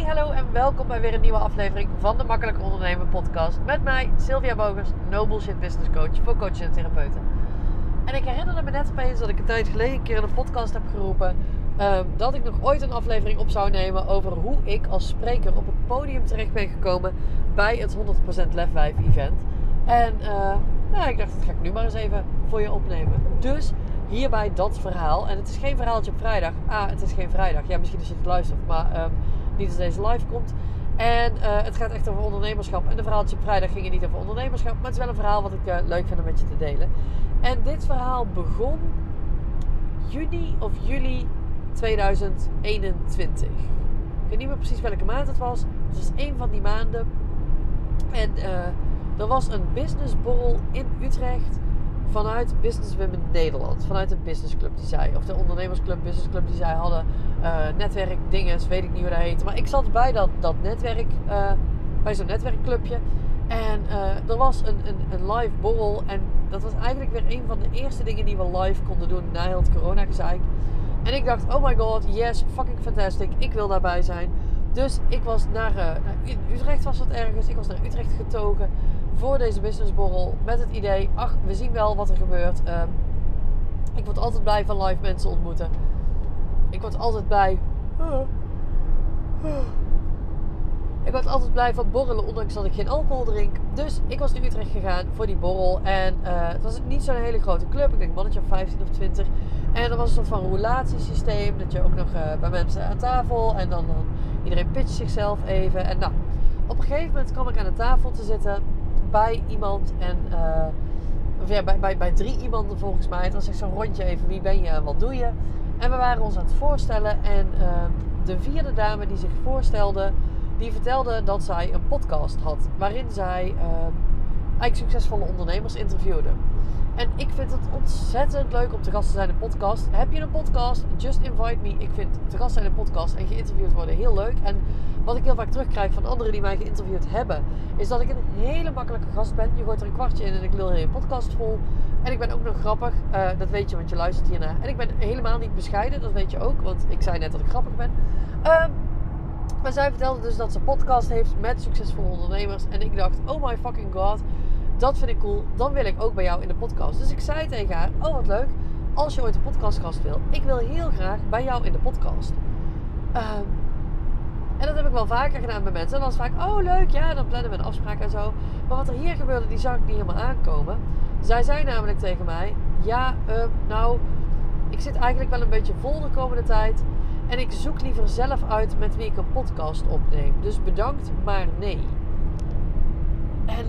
Hallo en welkom bij weer een nieuwe aflevering van de Makkelijker Ondernemen podcast. Met mij, Sylvia Bogers, no bullshit business coach voor coaches en therapeuten. En ik herinnerde me net opeens dat ik een tijd geleden een keer in een podcast heb geroepen dat ik nog ooit een aflevering op zou nemen over hoe ik als spreker op het podium terecht ben gekomen bij het 100% Lef 5 event. En ik dacht, dat ga ik nu maar eens even voor je opnemen. Dus hierbij dat verhaal. En het is geen verhaaltje op vrijdag. Het is geen vrijdag. Ja, misschien als je het luistert, maar niet als deze live komt. En het gaat echt over ondernemerschap. En de verhaaltje op vrijdag gingen niet over ondernemerschap. Maar het is wel een verhaal wat ik leuk vind om met je te delen. En dit verhaal begon juni of juli 2021. Ik weet niet meer precies welke maand het was. Het was één van die maanden. En er was een businessborrel in Utrecht vanuit Business Women Nederland. Vanuit een businessclub die zij, of de ondernemersclub, businessclub die zij hadden. Netwerk, dinges, weet ik niet hoe dat heet. Maar ik zat bij dat netwerk, bij zo'n netwerkclubje. En er was een live borrel. En dat was eigenlijk weer een van de eerste dingen die we live konden doen na heel het corona-gezeik. En ik dacht, oh my god, yes, fucking fantastic. Ik wil daarbij zijn. Dus ik was in Utrecht was dat ergens. Ik was naar Utrecht getogen voor deze businessborrel. Met het idee, we zien wel wat er gebeurt. Ik word altijd blij van live mensen ontmoeten. Ik word altijd blij. Ik word altijd blij van borrelen, ondanks dat ik geen alcohol drink. Dus ik was naar Utrecht gegaan voor die borrel. En het was niet zo'n hele grote club. Ik denk een mannetje of 15 of 20. En er was een soort van roulatiesysteem. Dat je ook nog bij mensen aan tafel. En dan iedereen pitcht zichzelf even. En op een gegeven moment kwam ik aan de tafel te zitten bij iemand. En bij 3 iemanden volgens mij. Het was echt zo'n rondje even. Wie ben je en wat doe je? En we waren ons aan het voorstellen. En de 4e dame die zich voorstelde, die vertelde dat zij een podcast had. Waarin zij eigenlijk succesvolle ondernemers interviewde. En ik vind het ontzettend leuk om te gast te zijn in een podcast. Heb je een podcast? Just invite me. Ik vind te gast zijn in een podcast en geïnterviewd worden heel leuk. En wat ik heel vaak terugkrijg van anderen die mij geïnterviewd hebben, is dat ik een hele makkelijke gast ben. Je gooit er een kwartje in en ik lul heel je podcast vol. En ik ben ook nog grappig. Dat weet je, want je luistert hiernaar. En ik ben helemaal niet bescheiden. Dat weet je ook, want ik zei net dat ik grappig ben. Maar zij vertelde dus dat ze een podcast heeft met succesvolle ondernemers. En ik dacht, oh my fucking god, dat vind ik cool. Dan wil ik ook bij jou in de podcast. Dus ik zei tegen haar, oh wat leuk, als je ooit een podcastgast wil. Ik wil heel graag bij jou in de podcast. En dat heb ik wel vaker gedaan bij mensen. En dan was het vaak, oh leuk, ja, dan plannen we een afspraak en zo. Maar wat er hier gebeurde, die zag ik niet helemaal aankomen. Zij zei namelijk tegen mij, ja, ik zit eigenlijk wel een beetje vol de komende tijd. En ik zoek liever zelf uit met wie ik een podcast opneem. Dus bedankt, maar nee. En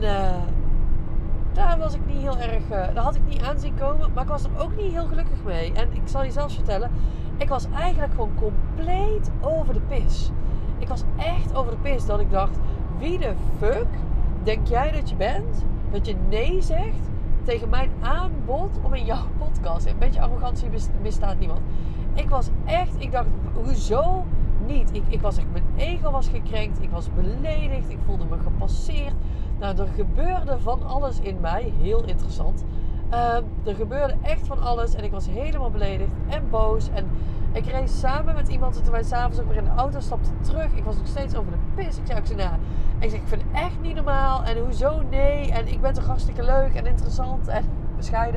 daar was ik niet heel erg. Daar had ik niet aan zien komen. Maar ik was er ook niet heel gelukkig mee. En ik zal je zelfs vertellen. Ik was eigenlijk gewoon compleet over de pis. Ik was echt over de pis. Dat ik dacht, wie de fuck denk jij dat je bent? Dat je nee zegt tegen mijn aanbod om in jouw podcast. Een beetje arrogantie misstaat niemand. Ik dacht, hoezo niet? Ik was echt, mijn ego was gekrenkt. Ik was beledigd. Ik voelde me gepasseerd. Nou, er gebeurde van alles in mij. Heel interessant. Er gebeurde echt van alles. En ik was helemaal beledigd en boos. En ik reed samen met iemand. En toen wij s'avonds ook weer in de auto stapten terug. Ik was nog steeds over de pis. Ik vind het echt niet normaal. En hoezo nee? En ik ben toch hartstikke leuk en interessant en bescheiden.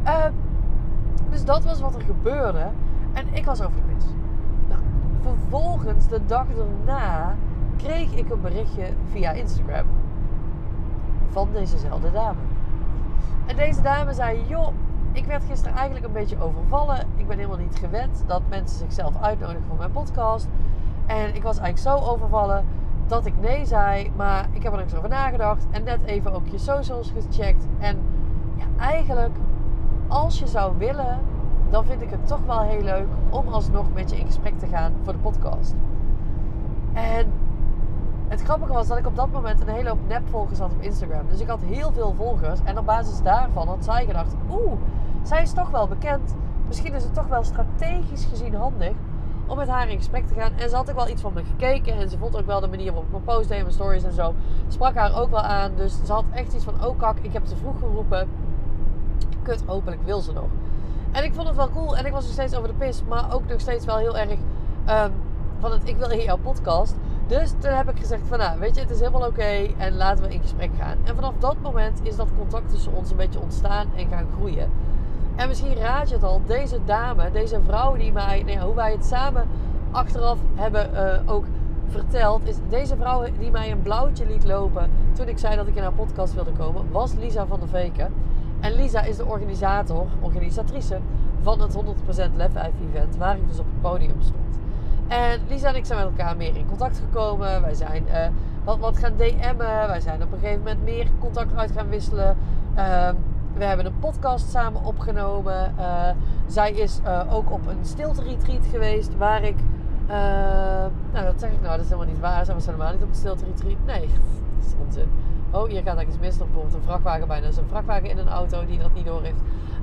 Dus dat was wat er gebeurde. En ik was over de pis. Nou, vervolgens, de dag daarna, kreeg ik een berichtje via Instagram. Van dezezelfde dame. En deze dame zei, joh, ik werd gisteren eigenlijk een beetje overvallen. Ik ben helemaal niet gewend dat mensen zichzelf uitnodigen voor mijn podcast. En ik was eigenlijk zo overvallen dat ik nee zei. Maar ik heb er nog eens over nagedacht. En net even ook je socials gecheckt. En ja, eigenlijk, als je zou willen, dan vind ik het toch wel heel leuk om alsnog met je in gesprek te gaan voor de podcast. En het grappige was dat ik op dat moment een hele hoop nepvolgers had op Instagram. Dus ik had heel veel volgers. En op basis daarvan had zij gedacht, zij is toch wel bekend. Misschien is het toch wel strategisch gezien handig om met haar in gesprek te gaan. En ze had ook wel iets van me gekeken. En ze vond ook wel de manier waarop ik mijn post deed, mijn stories en zo. Sprak haar ook wel aan. Dus ze had echt iets van, oh kak, ik heb te vroeg geroepen. Kut, hopelijk wil ze nog. En ik vond het wel cool. En ik was nog steeds over de pis. Maar ook nog steeds wel heel erg ik wil in jouw podcast. Dus toen heb ik gezegd van nou, weet je, het is helemaal oké en laten we in gesprek gaan. En vanaf dat moment is dat contact tussen ons een beetje ontstaan en gaan groeien. En misschien raad je het al, deze dame, deze vrouw die mij, nou ja, hoe wij het samen achteraf hebben ook verteld, is deze vrouw die mij een blauwtje liet lopen toen ik zei dat ik in haar podcast wilde komen, was Lisa van der Veken. En Lisa is de organisatrice van het 100% Lef 5 event, waar ik dus op het podium stond. En Lisa en ik zijn met elkaar meer in contact gekomen. Wij zijn wat gaan DM'en. Wij zijn op een gegeven moment meer contact uit gaan wisselen. We hebben een podcast samen opgenomen. Zij is ook op een stilte retreat geweest. Waar ik... nou, dat zeg ik nou. Dat is helemaal niet waar. Zij was helemaal niet op een stilte retreat. Nee, dat is onzin. Oh, hier gaat eigenlijk iets mis. Er bijvoorbeeld een vrachtwagen bijna. Er is een vrachtwagen in een auto die dat niet door heeft.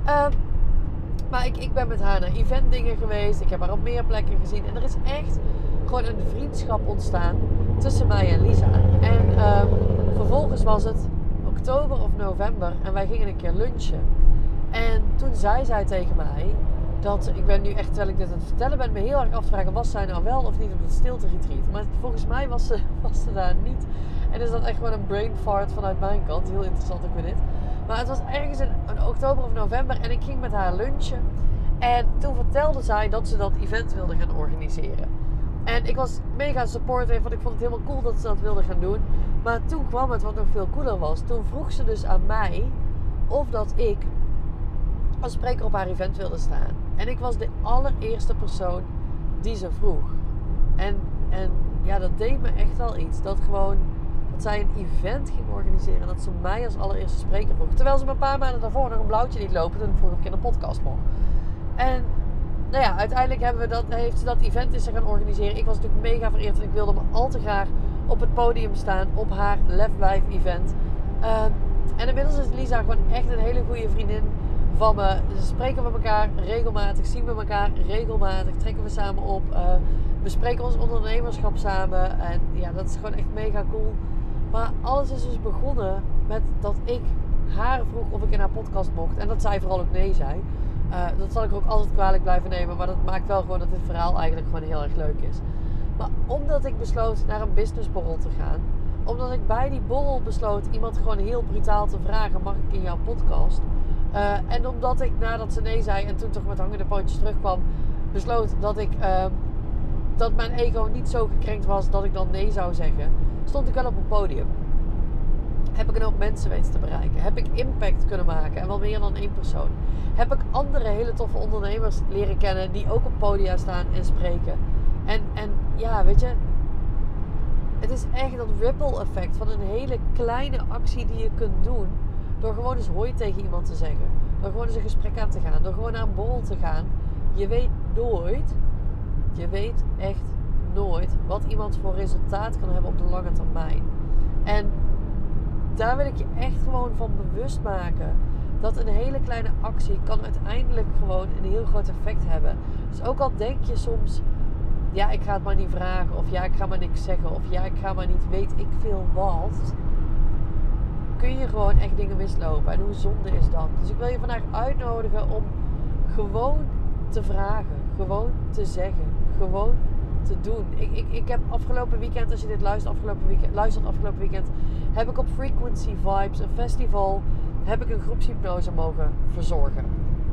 Maar ik ben met haar naar eventdingen geweest. Ik heb haar op meer plekken gezien. En er is echt gewoon een vriendschap ontstaan tussen mij en Lisa. En vervolgens was het oktober of november. En wij gingen een keer lunchen. En toen zei zij tegen mij dat... Ik ben nu echt, terwijl ik dit aan het vertellen ben, me heel erg af te vragen... Was zij nou wel of niet op het stilte retreat? Maar volgens mij was ze daar niet. En is dat echt gewoon een brain fart vanuit mijn kant. Heel interessant ook weer dit. Maar het was ergens in oktober of november en ik ging met haar lunchen. En toen vertelde zij dat ze dat event wilde gaan organiseren. En ik was mega supportive, want ik vond het helemaal cool dat ze dat wilde gaan doen. Maar toen kwam het wat nog veel cooler was. Toen vroeg ze dus aan mij of dat ik als spreker op haar event wilde staan. En ik was de allereerste persoon die ze vroeg. En ja, dat deed me echt wel iets. Dat zij een event ging organiseren en dat ze mij als allereerste spreker vroeg. Terwijl ze me een paar maanden daarvoor nog een blauwtje liet lopen toen ik vorige keer een podcast mocht. En nou ja, uiteindelijk heeft ze dat event eens gaan organiseren. Ik was natuurlijk mega vereerd en ik wilde me al te graag op het podium staan op haar Lef 5 event. En inmiddels is Lisa gewoon echt een hele goede vriendin van me. Ze spreken met elkaar regelmatig, zien we elkaar regelmatig, trekken we samen op. We spreken ons ondernemerschap samen en ja, dat is gewoon echt mega cool. Maar alles is dus begonnen met dat ik haar vroeg of ik in haar podcast mocht. En dat zij vooral ook nee zei. Dat zal ik er ook altijd kwalijk blijven nemen. Maar dat maakt wel gewoon dat dit verhaal eigenlijk gewoon heel erg leuk is. Maar omdat ik besloot naar een businessborrel te gaan. Omdat ik bij die borrel besloot iemand gewoon heel brutaal te vragen. Mag ik in jouw podcast? En omdat ik nadat ze nee zei en toen toch met hangende pootjes terugkwam. Besloot dat mijn ego niet zo gekrenkt was dat ik dan nee zou zeggen. Stond ik wel op een podium. Heb ik een hoop mensen weten te bereiken. Heb ik impact kunnen maken. En wel meer dan één persoon. Heb ik andere hele toffe ondernemers leren kennen. Die ook op podia staan en spreken. En ja, weet je. Het is echt dat ripple effect van een hele kleine actie die je kunt doen. Door gewoon eens hoi tegen iemand te zeggen. Door gewoon eens een gesprek aan te gaan. Door gewoon naar een borrel te gaan. Je weet nooit. Je weet echt nooit wat iemand voor resultaat kan hebben op de lange termijn. En daar wil ik je echt gewoon van bewust maken. Dat een hele kleine actie kan uiteindelijk gewoon een heel groot effect hebben. Dus ook al denk je soms, ja, ik ga het maar niet vragen. Of ja, ik ga maar niks zeggen. Of ja, ik ga maar niet weet ik veel wat. Kun je gewoon echt dingen mislopen. En hoe zonde is dat? Dus ik wil je vandaag uitnodigen om gewoon te vragen. Gewoon te zeggen. Gewoon te doen. Ik heb afgelopen weekend, als je dit luistert afgelopen weekend, heb ik op Frequency Vibes, een festival, heb ik een groepshypnose mogen verzorgen.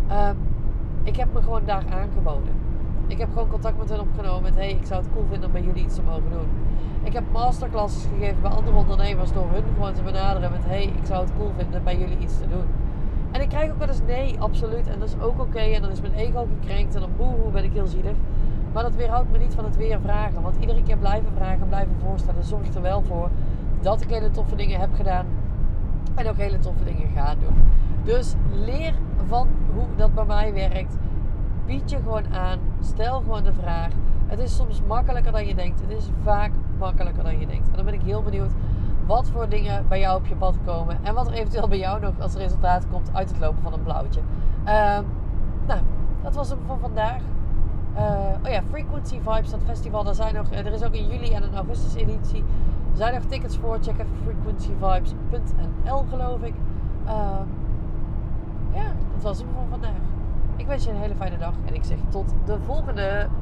Ik heb me gewoon daar aangeboden. Ik heb gewoon contact met hen opgenomen met, hey, ik zou het cool vinden om bij jullie iets te mogen doen. Ik heb masterclasses gegeven bij andere ondernemers door hun gewoon te benaderen met, hey, ik zou het cool vinden bij jullie iets te doen. En ik krijg ook wel eens nee, absoluut. En dat is ook oké. En dan is mijn ego gekrenkt en dan boehoe ben ik heel zielig. Maar dat weerhoudt me niet van het weer vragen. Want iedere keer blijven vragen, blijven voorstellen, zorgt er wel voor dat ik hele toffe dingen heb gedaan. En ook hele toffe dingen ga doen. Dus leer van hoe dat bij mij werkt. Bied je gewoon aan. Stel gewoon de vraag. Het is soms makkelijker dan je denkt. Het is vaak makkelijker dan je denkt. En dan ben ik heel benieuwd wat voor dingen bij jou op je pad komen. En wat er eventueel bij jou nog als resultaat komt uit het lopen van een blauwtje. Nou, dat was hem voor vandaag. Oh ja, Frequency Vibes, dat festival. Er is ook in juli en een augustus editie. Er zijn nog tickets voor. Check even frequencyvibes.nl geloof ik. Ja, dat was hem voor vandaag. Ik wens je een hele fijne dag. En ik zeg tot de volgende.